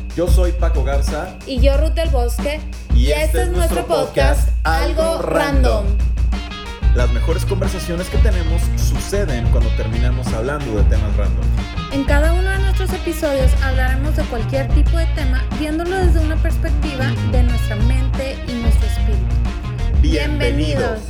Yo soy Paco Garza. Y yo, Ruth del Bosque. Y este es nuestro podcast, Algo Random. Las mejores conversaciones que tenemos suceden cuando terminamos hablando de temas random. En cada uno de nuestros episodios hablaremos de cualquier tipo de tema, viéndolo desde una perspectiva de nuestra mente y nuestro espíritu. Bienvenidos.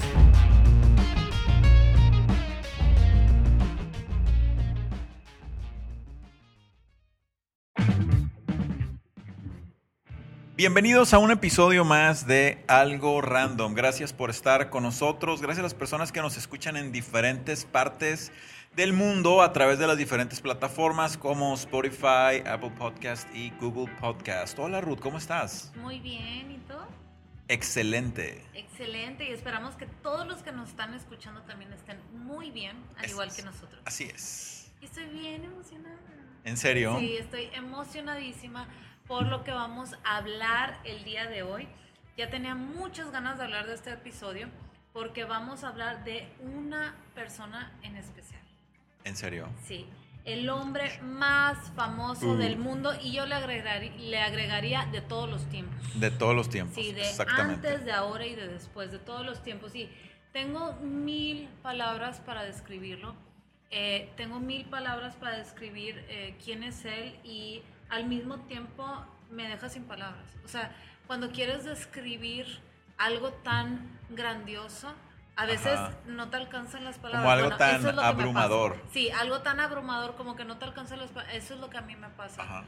Bienvenidos a un episodio más de Algo Random. Gracias por estar con nosotros. Gracias a las personas que nos escuchan en diferentes partes del mundo a través de las diferentes plataformas como Spotify, Apple Podcast y Google Podcast. Hola Ruth, ¿cómo estás? Muy bien, ¿y tú? Excelente. Excelente, y esperamos que todos los que nos están escuchando también estén muy bien, igual que nosotros. Así es. Y estoy bien emocionada. ¿En serio? Sí, estoy emocionadísima por lo que vamos a hablar el día de hoy. Ya tenía muchas ganas de hablar de este episodio porque vamos a hablar de una persona en especial. ¿En serio? Sí, el hombre más famoso del mundo, y yo le agregaría de todos los tiempos. De todos los tiempos, sí, de exactamente. Antes, de ahora y de después, de todos los tiempos. Sí, tengo 1000 palabras para describirlo. Tengo 1000 palabras para describir quién es él, y al mismo tiempo me deja sin palabras. O sea, cuando quieres describir algo tan grandioso, a veces no te alcanzan las palabras. Como algo tan abrumador. Sí, algo tan abrumador como que no te alcanzan las palabras. Eso es lo que a mí me pasa. Ajá.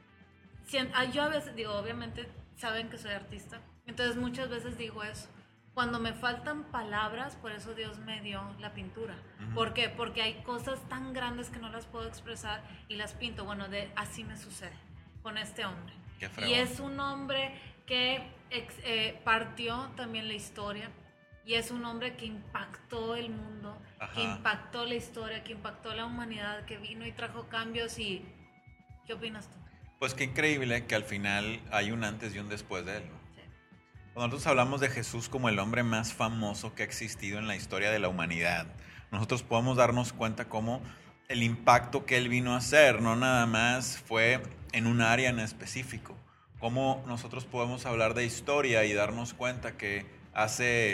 Yo a veces digo, obviamente saben que soy artista, entonces muchas veces digo eso. Cuando me faltan palabras, por eso Dios me dio la pintura. Uh-huh. ¿Por qué? Porque hay cosas tan grandes que no las puedo expresar y las pinto. Bueno, así me sucede con este hombre. Qué fregón. Y es un hombre que partió también la historia, y es un hombre que impactó el mundo, que impactó la historia, que impactó la humanidad, que vino y trajo cambios. ¿Y qué opinas tú? Pues qué increíble que al final hay un antes y un después de él, ¿no? Cuando nosotros hablamos de Jesús como el hombre más famoso que ha existido en la historia de la humanidad, nosotros podemos darnos cuenta cómo el impacto que él vino a hacer no nada más fue en un área en específico. Cómo nosotros podemos hablar de historia y darnos cuenta que hace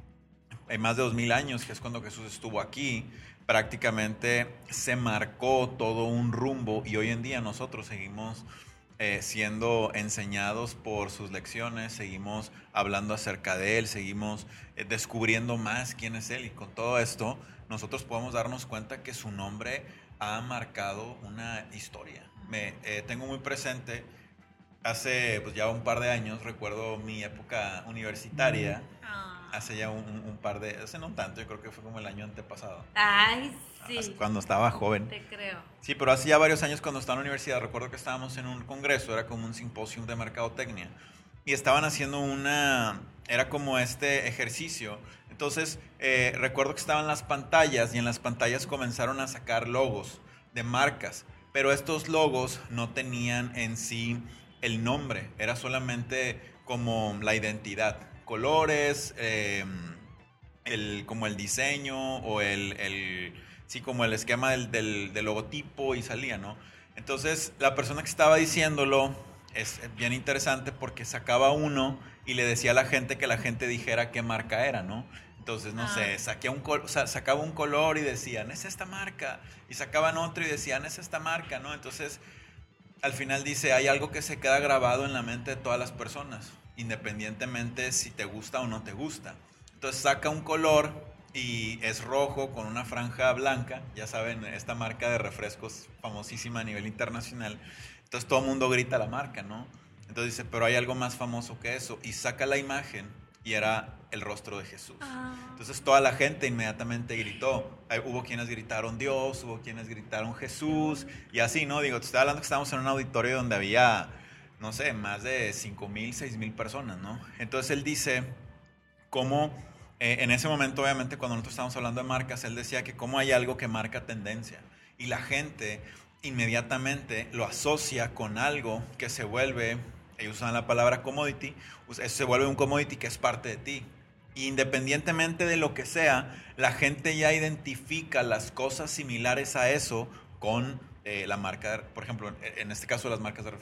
más de 2000 años, que es cuando Jesús estuvo aquí, prácticamente se marcó todo un rumbo, y hoy en día nosotros seguimos siendo enseñados por sus lecciones, seguimos hablando acerca de él, seguimos descubriendo más quién es él, y con todo esto nosotros podemos darnos cuenta que su nombre ha marcado una historia. Tengo muy presente, hace pues ya un par de años, recuerdo mi época universitaria, hace ya hace no tanto, yo creo que fue como el año antepasado. Ay, sí. Cuando estaba joven. Te creo. Sí, pero hace ya varios años cuando estaba en la universidad, recuerdo que estábamos en un congreso, era como un simposio de mercadotecnia, y estaban haciendo era como este ejercicio. Entonces, recuerdo que estaban las pantallas, y en las pantallas comenzaron a sacar logos de marcas, pero estos logos no tenían en sí el nombre, era solamente como la identidad, colores, como el diseño o sí, como el esquema del logotipo, y salía, ¿no? Entonces, la persona que estaba diciéndolo es bien interesante porque sacaba uno y le decía a la gente que la gente dijera qué marca era, ¿no? Entonces, no sé, sacaba un color y decían, es esta marca, y sacaban otro y decían, es esta marca, ¿no? Entonces, al final dice, hay algo que se queda grabado en la mente de todas las personas, independientemente si te gusta o no te gusta. Entonces saca un color y es rojo con una franja blanca, ya saben, esta marca de refrescos famosísima a nivel internacional. Entonces todo el mundo grita la marca, ¿no? Entonces dice, pero hay algo más famoso que eso, y saca la imagen y era el rostro de Jesús. Entonces toda la gente inmediatamente gritó. Hubo quienes gritaron Dios, hubo quienes gritaron Jesús, y así, ¿no? Digo, te estoy hablando que estábamos en un auditorio donde había, no sé, más de 5000, 6000 personas, ¿no? Entonces él dice cómo en ese momento, obviamente, cuando nosotros estábamos hablando de marcas, él decía que cómo hay algo que marca tendencia, y la gente inmediatamente lo asocia con algo que se vuelve, ellos usan la palabra commodity, se vuelve un commodity que es parte de ti. Independientemente de lo que sea, la gente ya identifica las cosas similares a eso con la marca, por ejemplo, en este caso las marcas de refresco.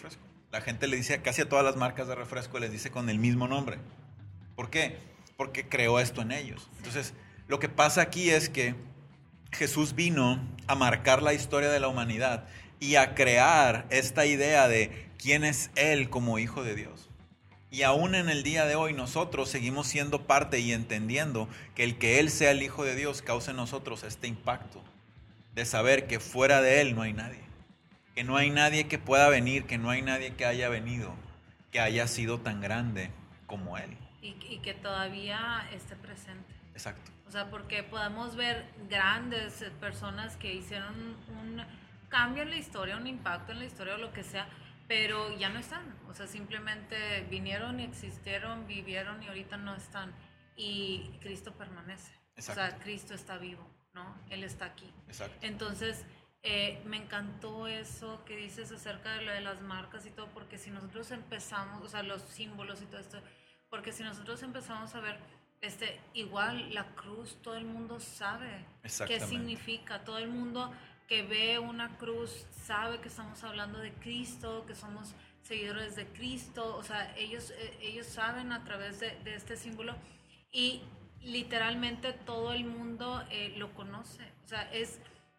La gente le dice, casi a todas las marcas de refresco les dice con el mismo nombre. ¿Por qué? Porque creó esto en ellos. Entonces, lo que pasa aquí es que Jesús vino a marcar la historia de la humanidad y a crear esta idea de quién es Él como Hijo de Dios. Y aún en el día de hoy nosotros seguimos siendo parte y entendiendo que el que Él sea el Hijo de Dios causa en nosotros este impacto de saber que fuera de Él no hay nadie. Que no hay nadie que pueda venir, que no hay nadie que haya venido, que haya sido tan grande como Él. Y que todavía esté presente. Exacto. O sea, porque podemos ver grandes personas que hicieron un cambio en la historia, un impacto en la historia o lo que sea, pero ya no están. O sea, simplemente vinieron y existieron, vivieron y ahorita no están. Y Cristo permanece. Exacto. O sea, Cristo está vivo, ¿no? Él está aquí. Exacto. Entonces, me encantó eso que dices acerca de lo de las marcas y todo, porque si nosotros empezamos, o sea, los símbolos y todo esto, porque si nosotros empezamos a ver, igual la cruz, todo el mundo sabe qué significa, todo el mundo que ve una cruz sabe que estamos hablando de Cristo, que somos seguidores de Cristo, o sea, ellos saben a través de este símbolo y literalmente todo el mundo lo conoce, o sea, es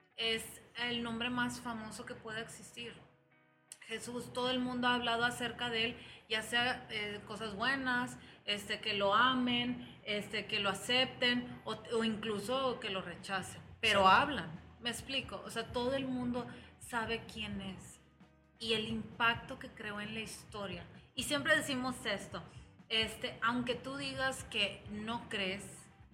el nombre más famoso que pueda existir. Jesús, todo el mundo ha hablado acerca de él, ya sea cosas buenas, que lo amen, que lo acepten o incluso que lo rechacen, pero sí hablan, me explico, o sea, todo el mundo sabe quién es y el impacto que creó en la historia. Y siempre decimos esto, aunque tú digas que no crees,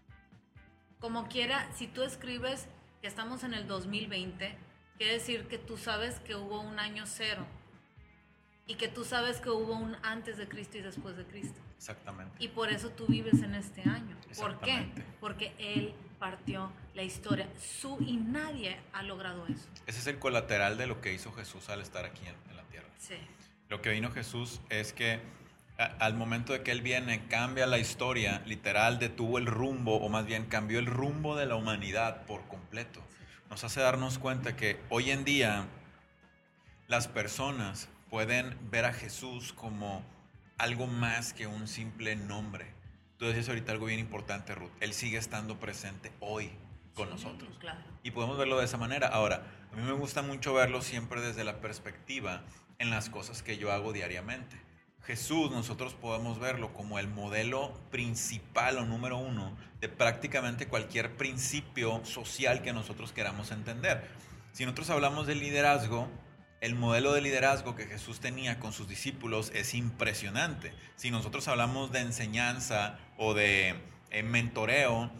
como quiera, si tú escribes que estamos en el 2020, quiere decir que tú sabes que hubo un año cero y que tú sabes que hubo un antes de Cristo y después de Cristo. Exactamente. Y por eso tú vives en este año. ¿Por qué? Porque Él partió la historia. Y nadie ha logrado eso. Ese es el colateral de lo que hizo Jesús al estar aquí en la tierra. Sí. Lo que vino Jesús es que al momento de que Él viene, cambia la historia, literal detuvo el rumbo, o más bien cambió el rumbo de la humanidad por completo. Nos hace darnos cuenta que hoy en día las personas pueden ver a Jesús como algo más que un simple nombre. Tú decías ahorita algo bien importante, Ruth. Él sigue estando presente hoy con nosotros. Claro. Y podemos verlo de esa manera. Ahora, a mí me gusta mucho verlo siempre desde la perspectiva en las cosas que yo hago diariamente. Jesús, nosotros podemos verlo como el modelo principal o número uno de prácticamente cualquier principio social que nosotros queramos entender. Si nosotros hablamos de liderazgo, el modelo de liderazgo que Jesús tenía con sus discípulos es impresionante. Si nosotros hablamos de enseñanza o de mentoreo,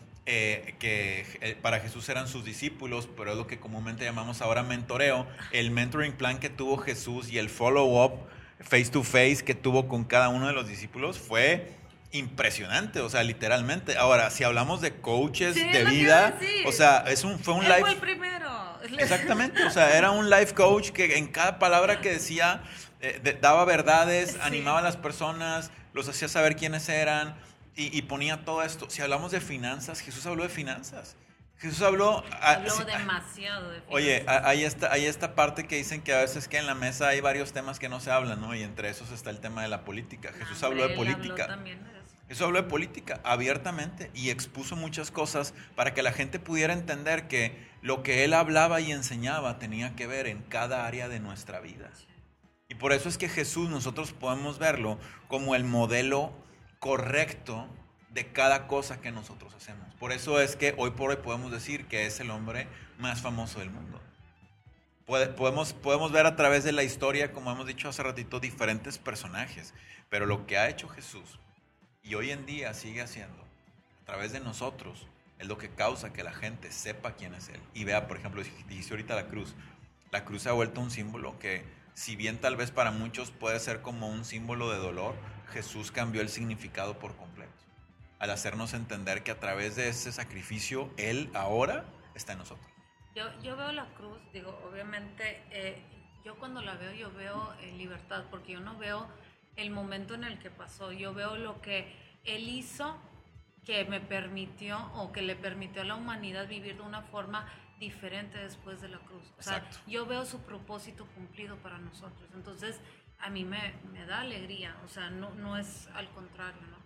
para Jesús eran sus discípulos, pero es lo que comúnmente llamamos ahora mentoreo. El mentoring plan que tuvo Jesús y el follow-up face to face que tuvo con cada uno de los discípulos fue impresionante, o sea, literalmente. Ahora, si hablamos de coaches de vida, o sea, fue un life. Fue el primero. Exactamente, o sea, era un life coach que en cada palabra que decía daba verdades, sí, animaba a las personas, los hacía saber quiénes eran y ponía todo esto. Si hablamos de finanzas, Jesús habló de finanzas. Jesús habló demasiado de finanzas. Oye, hay esta parte que dicen que a veces que en la mesa hay varios temas que no se hablan, ¿no? Y entre esos está el tema de la política. Jesús habló de política. Habló también de eso. Jesús habló de política abiertamente y expuso muchas cosas para que la gente pudiera entender que lo que él hablaba y enseñaba tenía que ver en cada área de nuestra vida. Y por eso es que Jesús nosotros podemos verlo como el modelo correcto de cada cosa que nosotros hacemos. Por eso es que hoy por hoy podemos decir que es el hombre más famoso del mundo. Podemos ver a través de la historia, como hemos dicho hace ratito, diferentes personajes. Pero lo que ha hecho Jesús y hoy en día sigue haciendo a través de nosotros es lo que causa que la gente sepa quién es Él. Y vea, por ejemplo, dijiste ahorita la cruz. La cruz se ha vuelto un símbolo que, si bien tal vez para muchos puede ser como un símbolo de dolor, Jesús cambió el significado por completo. Al hacernos entender que a través de ese sacrificio, Él ahora está en nosotros. Yo veo la cruz, digo, obviamente, yo cuando la veo, yo veo libertad, porque yo no veo el momento en el que pasó, yo veo lo que Él hizo, que me permitió o que le permitió a la humanidad vivir de una forma diferente después de la cruz. O sea, Exacto. yo veo su propósito cumplido para nosotros. Entonces, a mí me da alegría, o sea, no es al contrario, ¿no?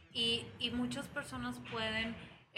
Y muchas personas pueden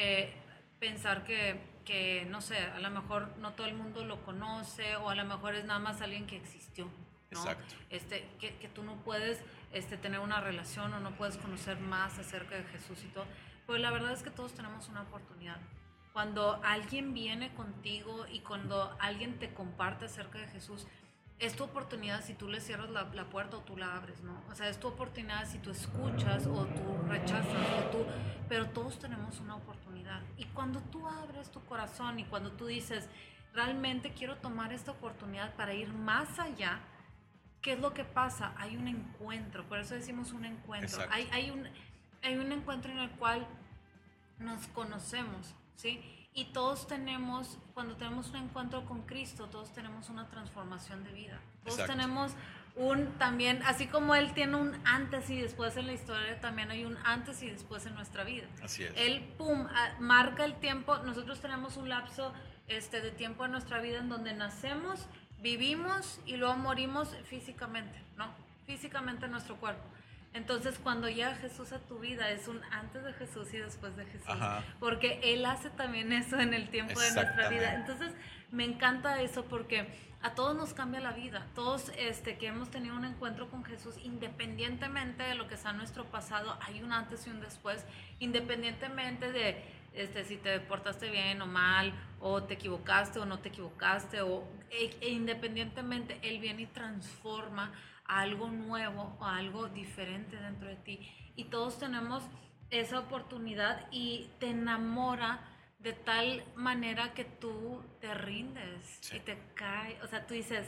pensar que, no sé, a lo mejor no todo el mundo lo conoce, o a lo mejor es nada más alguien que existió, ¿no? Exacto. Que tú no puedes tener una relación o no puedes conocer más acerca de Jesús y todo. Pues la verdad es que todos tenemos una oportunidad. Cuando alguien viene contigo y cuando alguien te comparte acerca de Jesús, es tu oportunidad si tú le cierras la puerta o tú la abres, ¿no? O sea, es tu oportunidad si tú escuchas o tú rechazas, pero todos tenemos una oportunidad. Y cuando tú abres tu corazón y cuando tú dices, realmente quiero tomar esta oportunidad para ir más allá, ¿qué es lo que pasa? Hay un encuentro, por eso decimos un encuentro. Hay un encuentro en el cual nos conocemos, ¿sí? Y todos tenemos, cuando tenemos un encuentro con Cristo, todos tenemos una transformación de vida. Todos Exacto. tenemos también, así como Él tiene un antes y después en la historia, también hay un antes y después en nuestra vida. Así es. Él, marca el tiempo. Nosotros tenemos un lapso de tiempo en nuestra vida en donde nacemos, vivimos y luego morimos físicamente, ¿no? Físicamente en nuestro cuerpo. Entonces, cuando llega Jesús a tu vida, es un antes de Jesús y después de Jesús. Ajá. Porque Él hace también eso en el tiempo de nuestra vida. Entonces, me encanta eso porque a todos nos cambia la vida. Todos que hemos tenido un encuentro con Jesús, independientemente de lo que sea nuestro pasado, hay un antes y un después. Independientemente de si te portaste bien o mal, o te equivocaste o no te equivocaste, independientemente, Él viene y transforma a algo nuevo o algo diferente dentro de ti. Y todos tenemos esa oportunidad y te enamora de tal manera que tú te rindes. Sí. Y te cae. O sea, tú dices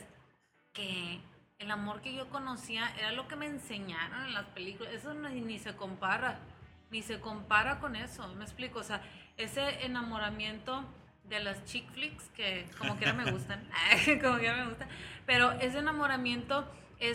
que el amor que yo conocía era lo que me enseñaron en las películas. Eso ni se compara. Ni se compara con eso. ¿Me explico? O sea, ese enamoramiento de las chick flicks, que como quiera me gustan. Como quiera me gustan. Pero ese enamoramiento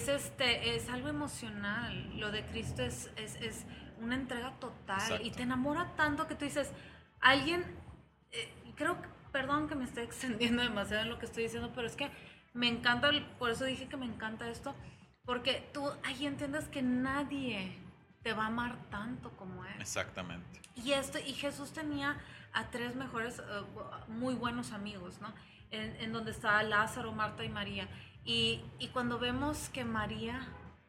es algo emocional. Lo de Cristo es una entrega total. Exacto. Y te enamora tanto que tú dices, alguien, perdón que me estoy extendiendo demasiado en lo que estoy diciendo, pero es que me encanta, por eso dije que me encanta esto, porque tú ahí entiendes que nadie te va a amar tanto como Él. Exactamente. Y Jesús tenía a tres mejores, muy buenos amigos, ¿no? En donde estaba Lázaro, Marta y María. Y cuando vemos que María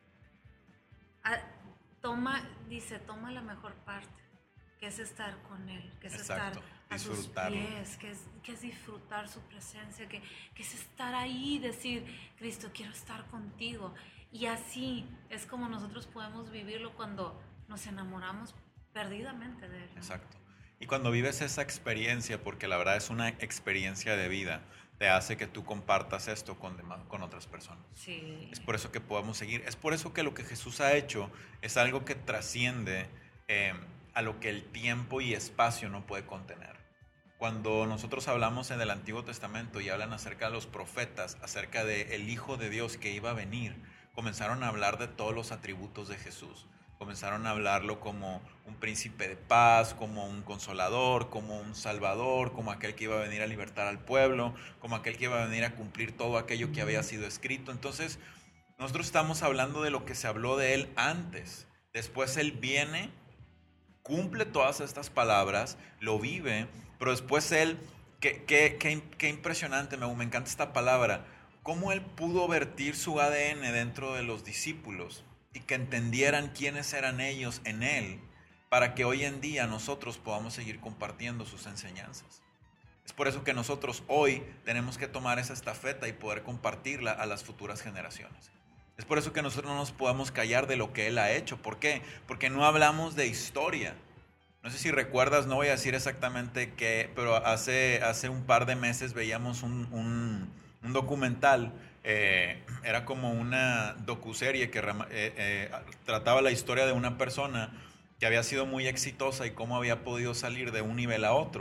toma la mejor parte, que es estar con Él, que es Exacto. estar a sus pies, que es disfrutar su presencia, que es estar ahí y decir, Cristo, quiero estar contigo. Y así es como nosotros podemos vivirlo cuando nos enamoramos perdidamente de Él, ¿no? Exacto. Y cuando vives esa experiencia, porque la verdad es una experiencia de vida, te hace que tú compartas esto con otras personas. Sí. Es por eso que podemos seguir. Es por eso que lo que Jesús ha hecho es algo que trasciende a lo que el tiempo y espacio no puede contener. Cuando nosotros hablamos en el Antiguo Testamento y hablan acerca de los profetas, acerca del Hijo de Dios que iba a venir, comenzaron a hablar de todos los atributos de Jesús. Comenzaron a hablarlo como un príncipe de paz, como un consolador, como un salvador, como aquel que iba a venir a libertar al pueblo, como aquel que iba a venir a cumplir todo aquello que había sido escrito. Entonces, nosotros estamos hablando de lo que se habló de Él antes. Después Él viene, cumple todas estas palabras, lo vive, pero después Él, qué impresionante, me encanta esta palabra, cómo Él pudo vertir su ADN dentro de los discípulos y que entendieran quiénes eran ellos en Él, para que hoy en día nosotros podamos seguir compartiendo sus enseñanzas. Es por eso que nosotros hoy tenemos que tomar esa estafeta y poder compartirla a las futuras generaciones. Es por eso que nosotros no nos podemos callar de lo que Él ha hecho. ¿Por qué? Porque no hablamos de historia. No sé si recuerdas, no voy a decir exactamente qué, pero hace un par de meses veíamos un documental. Era como una docuserie que trataba la historia de una persona que había sido muy exitosa y cómo había podido salir de un nivel a otro.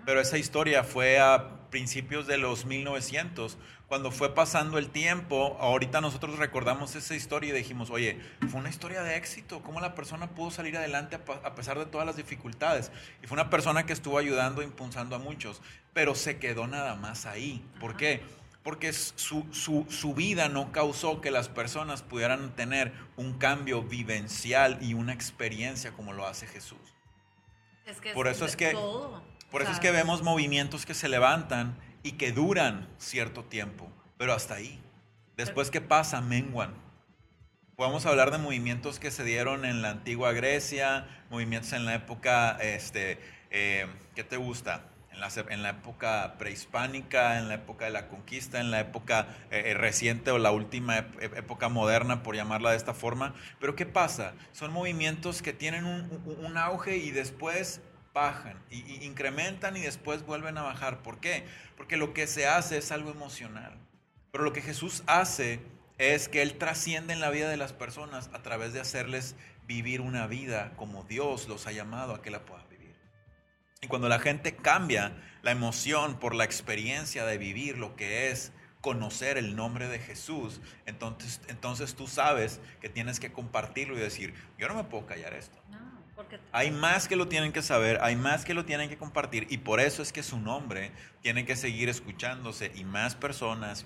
Pero esa historia fue a principios de los 1900. Cuando fue pasando el tiempo, ahorita nosotros recordamos esa historia y dijimos, oye, fue una historia de éxito, cómo la persona pudo salir adelante a pesar de todas las dificultades. Y fue una persona que estuvo ayudando, impulsando a muchos, pero se quedó nada más ahí. ¿Por qué? Porque su vida no causó que las personas pudieran tener un cambio vivencial y una experiencia como lo hace Jesús. Por eso es que vemos movimientos que se levantan y que duran cierto tiempo, pero hasta ahí. Después, ¿qué pasa? Menguan. Podemos hablar de movimientos que se dieron en la antigua Grecia, movimientos en la época, ¿qué te gusta? En la época prehispánica, en la época de la conquista, en la época reciente o la última época moderna, por llamarla de esta forma. Pero ¿qué pasa? Son movimientos que tienen un auge y después bajan, y incrementan y después vuelven a bajar. ¿Por qué? Porque lo que se hace es algo emocional. Pero lo que Jesús hace es que Él trasciende en la vida de las personas a través de hacerles vivir una vida como Dios los ha llamado a que la puedan vivir. Y cuando la gente cambia la emoción por la experiencia de vivir lo que es conocer el nombre de Jesús, entonces tú sabes que tienes que compartirlo y decir, yo no me puedo callar esto. Hay más que lo tienen que saber, hay más que lo tienen que compartir, y por eso es que su nombre tiene que seguir escuchándose, y más personas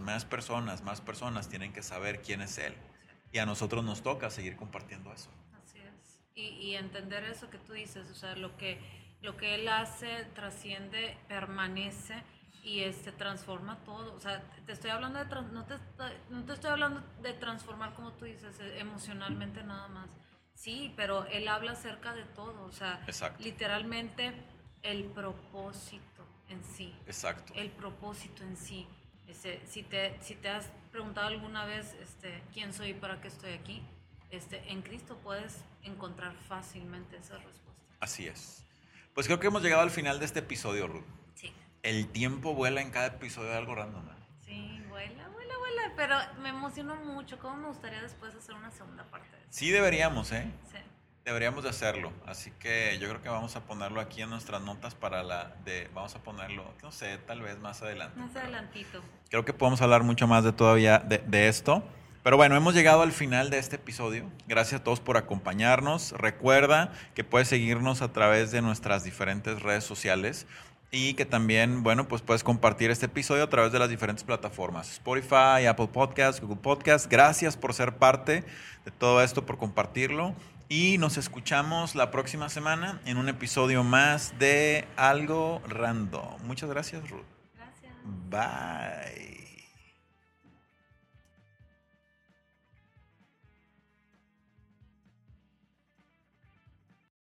tienen que saber quién es Él. Y a nosotros nos toca seguir compartiendo eso. Así es. Y entender eso que tú dices, o sea, lo que Él hace trasciende, permanece y transforma todo. O sea, te estoy hablando no te estoy hablando de transformar, como tú dices, emocionalmente nada más. Sí, pero Él habla acerca de todo, o sea, exacto, literalmente el propósito en sí. Exacto. El propósito en sí. Si te has preguntado alguna vez quién soy y para qué estoy aquí, en Cristo puedes encontrar fácilmente esa respuesta. Así es. Pues creo que hemos llegado al final de este episodio, Ruth. Sí. El tiempo vuela en cada episodio de algo random, ¿no? Sí, vuela, pero me emocionó mucho. ¿Cómo me gustaría después hacer una segunda parte de eso? Sí, deberíamos, ¿eh? Sí. Deberíamos de hacerlo. Así que yo creo que vamos a ponerlo aquí en nuestras notas vamos a ponerlo, no sé, tal vez más adelante. Más adelantito. Creo que podemos hablar mucho más de esto. Pero bueno, hemos llegado al final de este episodio. Gracias a todos por acompañarnos. Recuerda que puedes seguirnos a través de nuestras diferentes redes sociales. Y que también, bueno, pues puedes compartir este episodio a través de las diferentes plataformas. Spotify, Apple Podcasts, Google Podcasts. Gracias por ser parte de todo esto, por compartirlo. Y nos escuchamos la próxima semana en un episodio más de Algo Random. Muchas gracias, Ruth. Gracias. Bye.